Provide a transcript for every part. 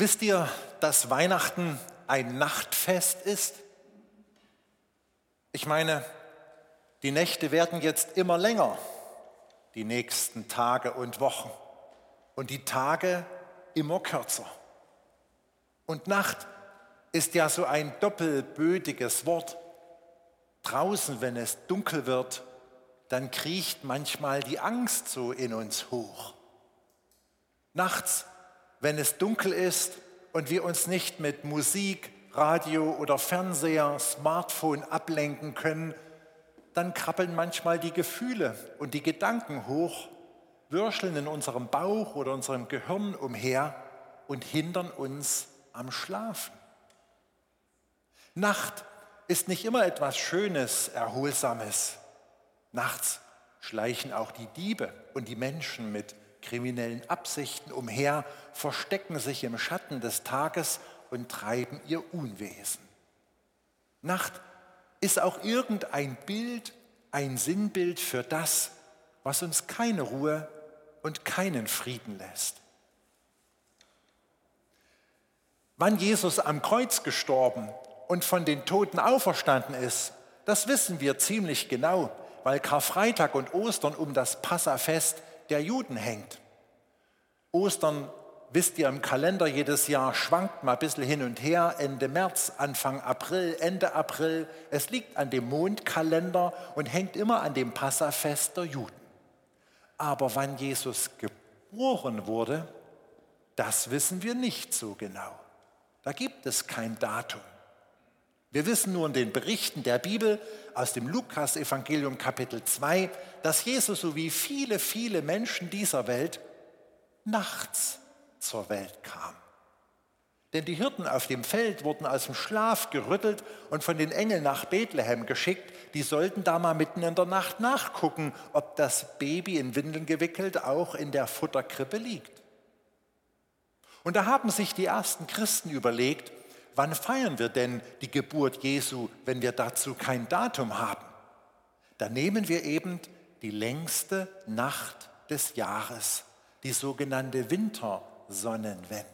Wisst ihr, dass Weihnachten ein Nachtfest ist? Ich meine, die Nächte werden jetzt immer länger, die nächsten Tage und Wochen, und die Tage immer kürzer. Und Nacht ist ja so ein doppelbödiges Wort. Draußen, wenn es dunkel wird, dann kriecht manchmal die Angst so in uns hoch. Nachts, wenn es dunkel ist und wir uns nicht mit Musik, Radio oder Fernseher, Smartphone ablenken können, dann krabbeln manchmal die Gefühle und die Gedanken hoch, würscheln in unserem Bauch oder unserem Gehirn umher und hindern uns am Schlafen. Nacht ist nicht immer etwas Schönes, Erholsames. Nachts schleichen auch die Diebe und die Menschen mit kriminellen Absichten umher, verstecken sich im Schatten des Tages und treiben ihr Unwesen. Nacht ist auch irgendein Bild, ein Sinnbild für das, was uns keine Ruhe und keinen Frieden lässt. Wann Jesus am Kreuz gestorben und von den Toten auferstanden ist, das wissen wir ziemlich genau, weil Karfreitag und Ostern um das Passafest der Juden hängt. Ostern, wisst ihr, im Kalender jedes Jahr schwankt mal ein bisschen hin und her, Ende März, Anfang April, Ende April. Es liegt an dem Mondkalender und hängt immer an dem Passafest der Juden. Aber wann Jesus geboren wurde, das wissen wir nicht so genau. Da gibt es kein Datum. Wir wissen nur in den Berichten der Bibel aus dem Lukas-Evangelium Kapitel 2, dass Jesus so wie viele, viele Menschen dieser Welt nachts zur Welt kam. Denn die Hirten auf dem Feld wurden aus dem Schlaf gerüttelt und von den Engeln nach Bethlehem geschickt. Die sollten da mal mitten in der Nacht nachgucken, ob das Baby in Windeln gewickelt auch in der Futterkrippe liegt. Und da haben sich die ersten Christen überlegt, wann feiern wir denn die Geburt Jesu, wenn wir dazu kein Datum haben? Dann nehmen wir eben die längste Nacht des Jahres, die sogenannte Wintersonnenwende.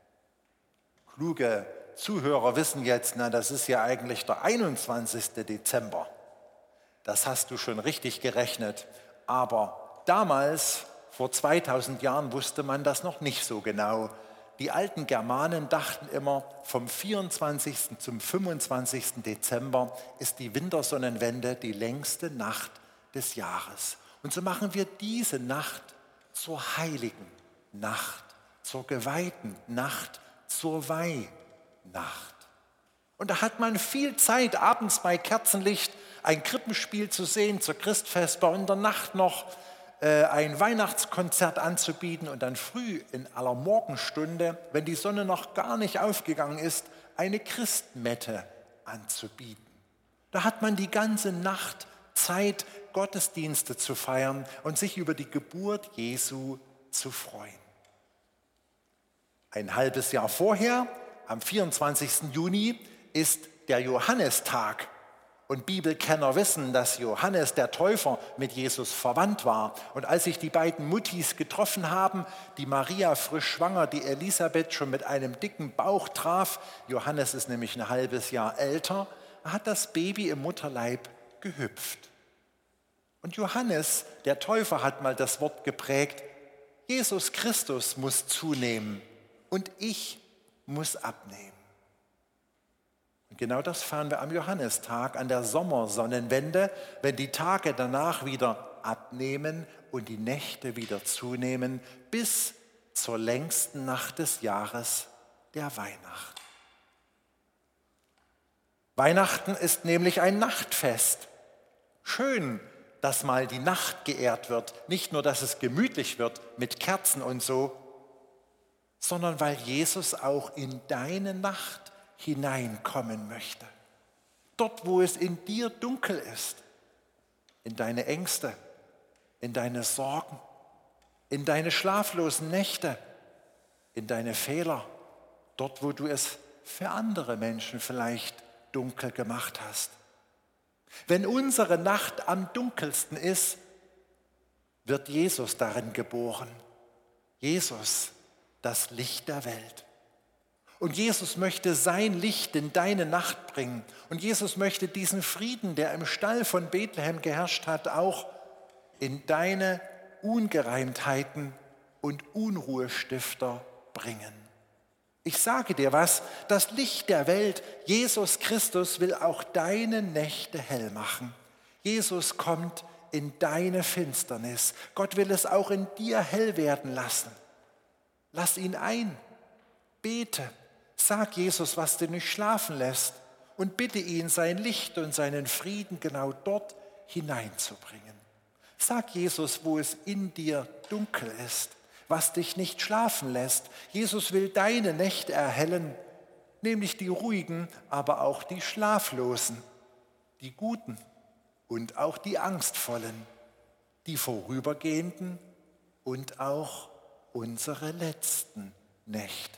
Kluge Zuhörer wissen jetzt, das ist ja eigentlich der 21. Dezember. Das hast du schon richtig gerechnet. Aber damals, vor 2000 Jahren, wusste man das noch nicht so genau. Die alten Germanen dachten immer, vom 24. zum 25. Dezember ist die Wintersonnenwende die längste Nacht des Jahres. Und so machen wir diese Nacht zur heiligen Nacht, zur geweihten Nacht, zur Weihnacht. Und da hat man viel Zeit, abends bei Kerzenlicht ein Krippenspiel zu sehen, zur Christfesper und in der Nacht noch ein Weihnachtskonzert anzubieten und dann früh in aller Morgenstunde, wenn die Sonne noch gar nicht aufgegangen ist, eine Christmette anzubieten. Da hat man die ganze Nacht Zeit, Gottesdienste zu feiern und sich über die Geburt Jesu zu freuen. Ein halbes Jahr vorher, am 24. Juni, ist der Johannistag. Und Bibelkenner wissen, dass Johannes der Täufer mit Jesus verwandt war. Und als sich die beiden Muttis getroffen haben, die Maria frisch schwanger, die Elisabeth schon mit einem dicken Bauch traf, Johannes ist nämlich ein halbes Jahr älter, hat das Baby im Mutterleib gehüpft. Und Johannes, der Täufer, hat mal das Wort geprägt: Jesus Christus muss zunehmen und ich muss abnehmen. Und genau das feiern wir am Johannistag, an der Sommersonnenwende, wenn die Tage danach wieder abnehmen und die Nächte wieder zunehmen, bis zur längsten Nacht des Jahres, der Weihnacht. Weihnachten ist nämlich ein Nachtfest. Schön, dass mal die Nacht geehrt wird, nicht nur, dass es gemütlich wird mit Kerzen und so, sondern weil Jesus auch in deine Nacht hineinkommen möchte. Dort, wo es in dir dunkel ist, in deine Ängste, in deine Sorgen, in deine schlaflosen Nächte, in deine Fehler, dort, wo du es für andere Menschen vielleicht dunkel gemacht hast. Wenn unsere Nacht am dunkelsten ist, wird Jesus darin geboren. Jesus, das Licht der Welt. Und Jesus möchte sein Licht in deine Nacht bringen. Und Jesus möchte diesen Frieden, der im Stall von Bethlehem geherrscht hat, auch in deine Ungereimtheiten und Unruhestifter bringen. Ich sage dir was, das Licht der Welt, Jesus Christus, will auch deine Nächte hell machen. Jesus kommt in deine Finsternis. Gott will es auch in dir hell werden lassen. Lass ihn ein, bete, sag Jesus, was du nicht schlafen lässt und bitte ihn, sein Licht und seinen Frieden genau dort hineinzubringen. Sag Jesus, wo es in dir dunkel ist, was dich nicht schlafen lässt. Jesus will deine Nächte erhellen, nämlich die ruhigen, aber auch die schlaflosen, die guten und auch die angstvollen, die vorübergehenden und auch unsere letzten Nächte.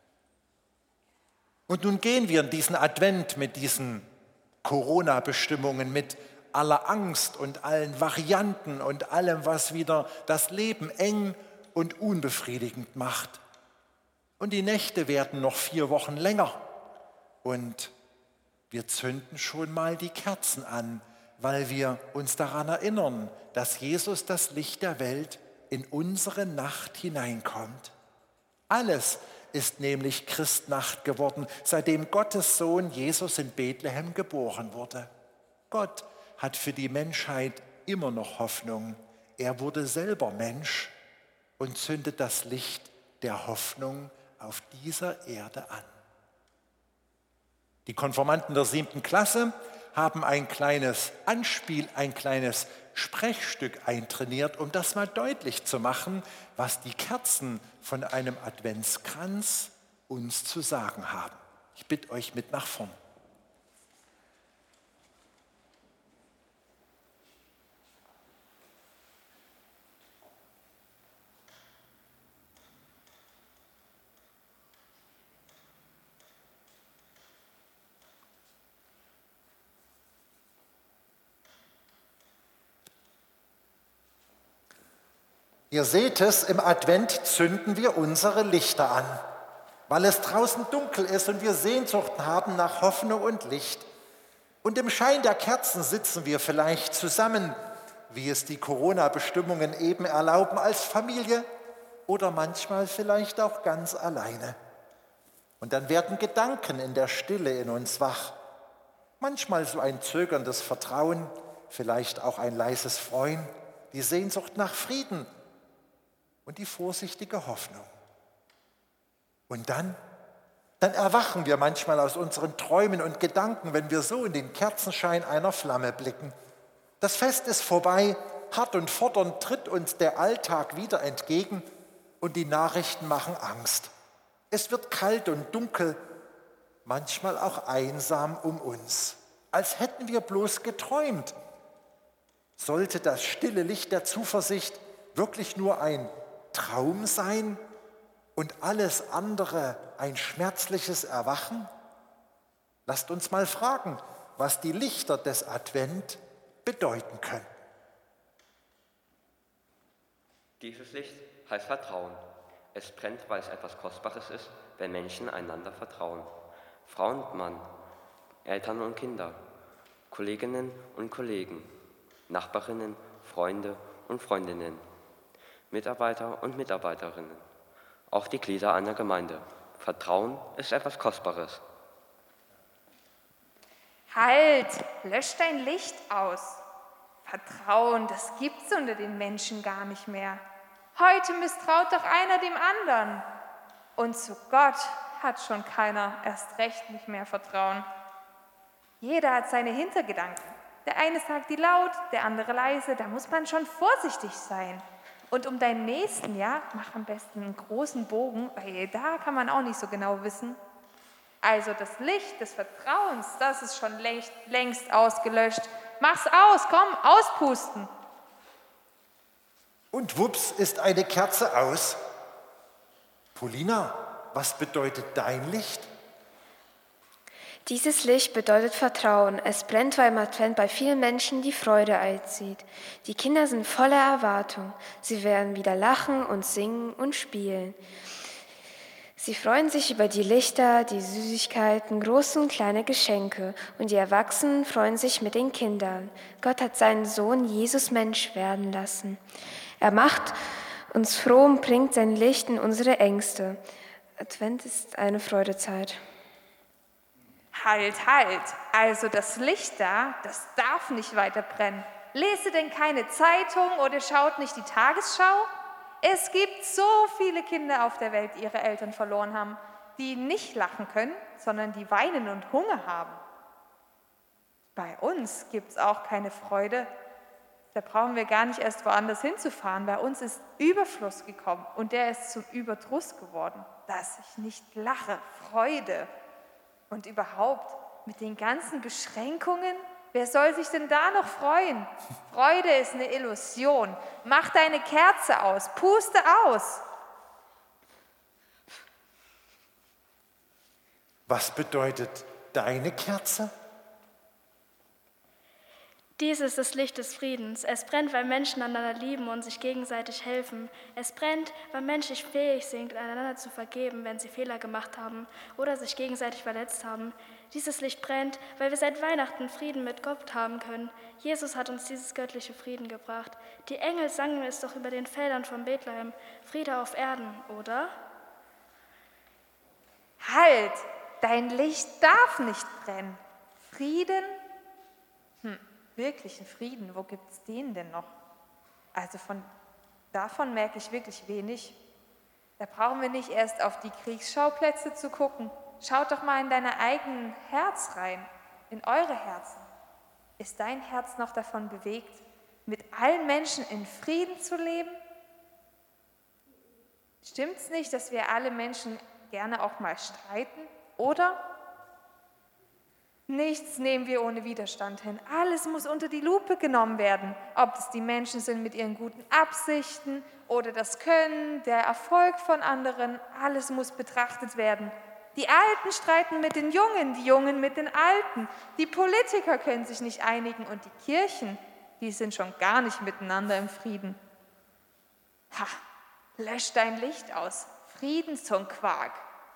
Und nun gehen wir in diesen Advent mit diesen Corona-Bestimmungen, mit aller Angst und allen Varianten und allem, was wieder das Leben eng und unbefriedigend macht. Und die Nächte werden noch 4 Wochen länger. Und wir zünden schon mal die Kerzen an, weil wir uns daran erinnern, dass Jesus, das Licht der Welt, in unsere Nacht hineinkommt. Alles ist nämlich Christnacht geworden, seitdem Gottes Sohn Jesus in Bethlehem geboren wurde. Gott hat für die Menschheit immer noch Hoffnung. Er wurde selber Mensch und zündet das Licht der Hoffnung auf dieser Erde an. Die Konfirmanden der 7. Klasse haben ein kleines Anspiel, ein kleines Sprechstück eintrainiert, um das mal deutlich zu machen, was die Kerzen von einem Adventskranz uns zu sagen haben. Ich bitte euch mit nach vorn. Ihr seht es, im Advent zünden wir unsere Lichter an, weil es draußen dunkel ist und wir Sehnsucht haben nach Hoffnung und Licht. Und im Schein der Kerzen sitzen wir vielleicht zusammen, wie es die Corona-Bestimmungen eben erlauben, als Familie oder manchmal vielleicht auch ganz alleine. Und dann werden Gedanken in der Stille in uns wach. Manchmal so ein zögerndes Vertrauen, vielleicht auch ein leises Freuen, die Sehnsucht nach Frieden und die vorsichtige Hoffnung. Und dann erwachen wir manchmal aus unseren Träumen und Gedanken, wenn wir so in den Kerzenschein einer Flamme blicken. Das Fest ist vorbei, hart und fordernd tritt uns der Alltag wieder entgegen und die Nachrichten machen Angst. Es wird kalt und dunkel, manchmal auch einsam um uns, als hätten wir bloß geträumt. Sollte das stille Licht der Zuversicht wirklich nur ein Traum sein und alles andere ein schmerzliches Erwachen? Lasst uns mal fragen, was die Lichter des Advent bedeuten können. Dieses Licht heißt Vertrauen. Es brennt, weil es etwas Kostbares ist, wenn Menschen einander vertrauen. Frau und Mann, Eltern und Kinder, Kolleginnen und Kollegen, Nachbarinnen, Freunde und Freundinnen, Mitarbeiter und Mitarbeiterinnen, auch die Glieder einer Gemeinde. Vertrauen ist etwas Kostbares. Halt, lösch dein Licht aus. Vertrauen, das gibt's unter den Menschen gar nicht mehr. Heute misstraut doch einer dem anderen. Und zu Gott hat schon keiner erst recht nicht mehr Vertrauen. Jeder hat seine Hintergedanken. Der eine sagt die laut, der andere leise. Da muss man schon vorsichtig sein. Und um deinen Nächsten, ja, mach am besten einen großen Bogen, weil da kann man auch nicht so genau wissen. Also das Licht des Vertrauens, das ist schon längst ausgelöscht. Mach's aus, komm, auspusten. Und wups ist eine Kerze aus. Paulina, was bedeutet dein Licht? Dieses Licht bedeutet Vertrauen. Es brennt, weil im Advent bei vielen Menschen die Freude einzieht. Die Kinder sind voller Erwartung. Sie werden wieder lachen und singen und spielen. Sie freuen sich über die Lichter, die Süßigkeiten, große und kleine Geschenke, und die Erwachsenen freuen sich mit den Kindern. Gott hat seinen Sohn Jesus Mensch werden lassen. Er macht uns froh und bringt sein Licht in unsere Ängste. Advent ist eine Freudezeit. Halt, halt! Also das Licht da, das darf nicht weiter brennen. Lest ihr denn keine Zeitung oder schaut nicht die Tagesschau? Es gibt so viele Kinder auf der Welt, die ihre Eltern verloren haben, die nicht lachen können, sondern die weinen und Hunger haben. Bei uns gibt es auch keine Freude. Da brauchen wir gar nicht erst woanders hinzufahren. Bei uns ist Überfluss gekommen und der ist zum Überdruss geworden. Dass ich nicht lache, Freude. Und überhaupt mit den ganzen Beschränkungen, wer soll sich denn da noch freuen? Freude ist eine Illusion. Mach deine Kerze aus, puste aus. Was bedeutet deine Kerze? Dies ist das Licht des Friedens. Es brennt, weil Menschen einander lieben und sich gegenseitig helfen. Es brennt, weil Menschen fähig sind, einander zu vergeben, wenn sie Fehler gemacht haben oder sich gegenseitig verletzt haben. Dieses Licht brennt, weil wir seit Weihnachten Frieden mit Gott haben können. Jesus hat uns dieses göttliche Frieden gebracht. Die Engel sangen es doch über den Feldern von Bethlehem. Friede auf Erden, oder? Halt, dein Licht darf nicht brennen. Frieden? Wirklichen Frieden, wo gibt es den denn noch? Also davon merke ich wirklich wenig. Da brauchen wir nicht erst auf die Kriegsschauplätze zu gucken. Schaut doch mal in dein eigenes Herz rein, in eure Herzen. Ist dein Herz noch davon bewegt, mit allen Menschen in Frieden zu leben? Stimmt's nicht, dass wir alle Menschen gerne auch mal streiten, oder? Nichts nehmen wir ohne Widerstand hin. Alles muss unter die Lupe genommen werden. Ob es die Menschen sind mit ihren guten Absichten oder das Können, der Erfolg von anderen, alles muss betrachtet werden. Die Alten streiten mit den Jungen, die Jungen mit den Alten. Die Politiker können sich nicht einigen und die Kirchen, die sind schon gar nicht miteinander im Frieden. Ha, lösch dein Licht aus. Frieden zum Quark.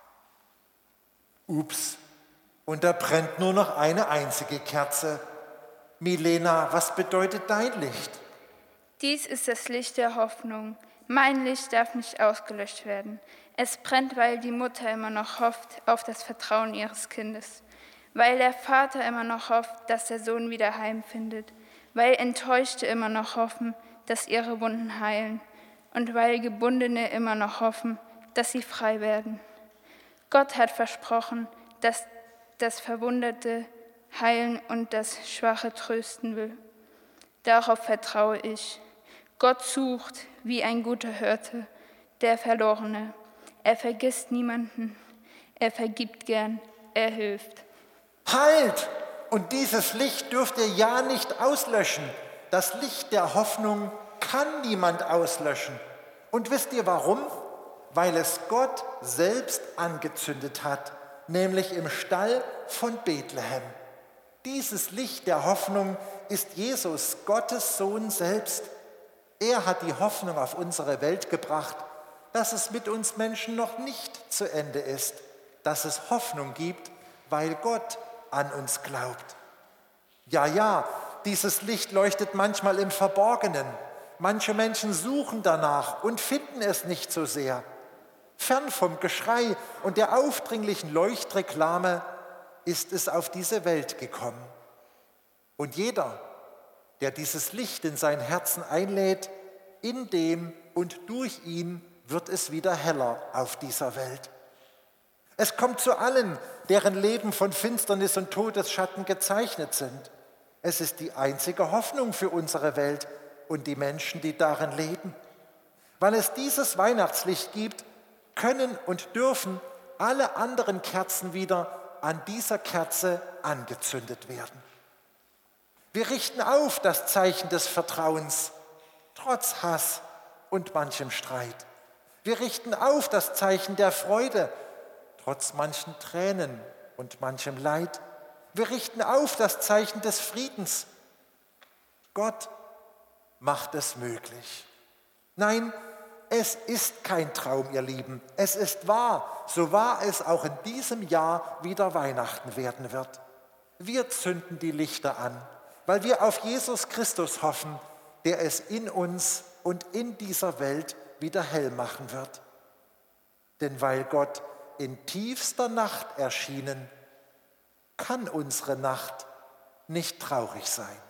Ups, und da brennt nur noch eine einzige Kerze. Milena, was bedeutet dein Licht? Dies ist das Licht der Hoffnung. Mein Licht darf nicht ausgelöscht werden. Es brennt, weil die Mutter immer noch hofft auf das Vertrauen ihres Kindes. Weil der Vater immer noch hofft, dass der Sohn wieder heimfindet. Weil Enttäuschte immer noch hoffen, dass ihre Wunden heilen. Und weil Gebundene immer noch hoffen, dass sie frei werden. Gott hat versprochen, dass das Verwundete heilen und das Schwache trösten will. Darauf vertraue ich. Gott sucht, wie ein guter Hirte, der Verlorene. Er vergisst niemanden. Er vergibt gern. Er hilft. Halt! Und dieses Licht dürft ihr ja nicht auslöschen. Das Licht der Hoffnung kann niemand auslöschen. Und wisst ihr warum? Weil es Gott selbst angezündet hat, nämlich im Stall von Bethlehem. Dieses Licht der Hoffnung ist Jesus, Gottes Sohn selbst. Er hat die Hoffnung auf unsere Welt gebracht, dass es mit uns Menschen noch nicht zu Ende ist, dass es Hoffnung gibt, weil Gott an uns glaubt. Ja, dieses Licht leuchtet manchmal im Verborgenen. Manche Menschen suchen danach und finden es nicht so sehr. Fern vom Geschrei und der aufdringlichen Leuchtreklame ist es auf diese Welt gekommen. Und jeder, der dieses Licht in sein Herzen einlädt, in dem und durch ihn wird es wieder heller auf dieser Welt. Es kommt zu allen, deren Leben von Finsternis und Todesschatten gezeichnet sind. Es ist die einzige Hoffnung für unsere Welt und die Menschen, die darin leben. Weil es dieses Weihnachtslicht gibt, können und dürfen alle anderen Kerzen wieder an dieser Kerze angezündet werden. Wir richten auf das Zeichen des Vertrauens, trotz Hass und manchem Streit. Wir richten auf das Zeichen der Freude, trotz manchen Tränen und manchem Leid. Wir richten auf das Zeichen des Friedens. Gott macht es möglich. Nein, es ist kein Traum, ihr Lieben. Es ist wahr, so wahr es auch in diesem Jahr wieder Weihnachten werden wird. Wir zünden die Lichter an, weil wir auf Jesus Christus hoffen, der es in uns und in dieser Welt wieder hell machen wird. Denn weil Gott in tiefster Nacht erschienen, kann unsere Nacht nicht traurig sein.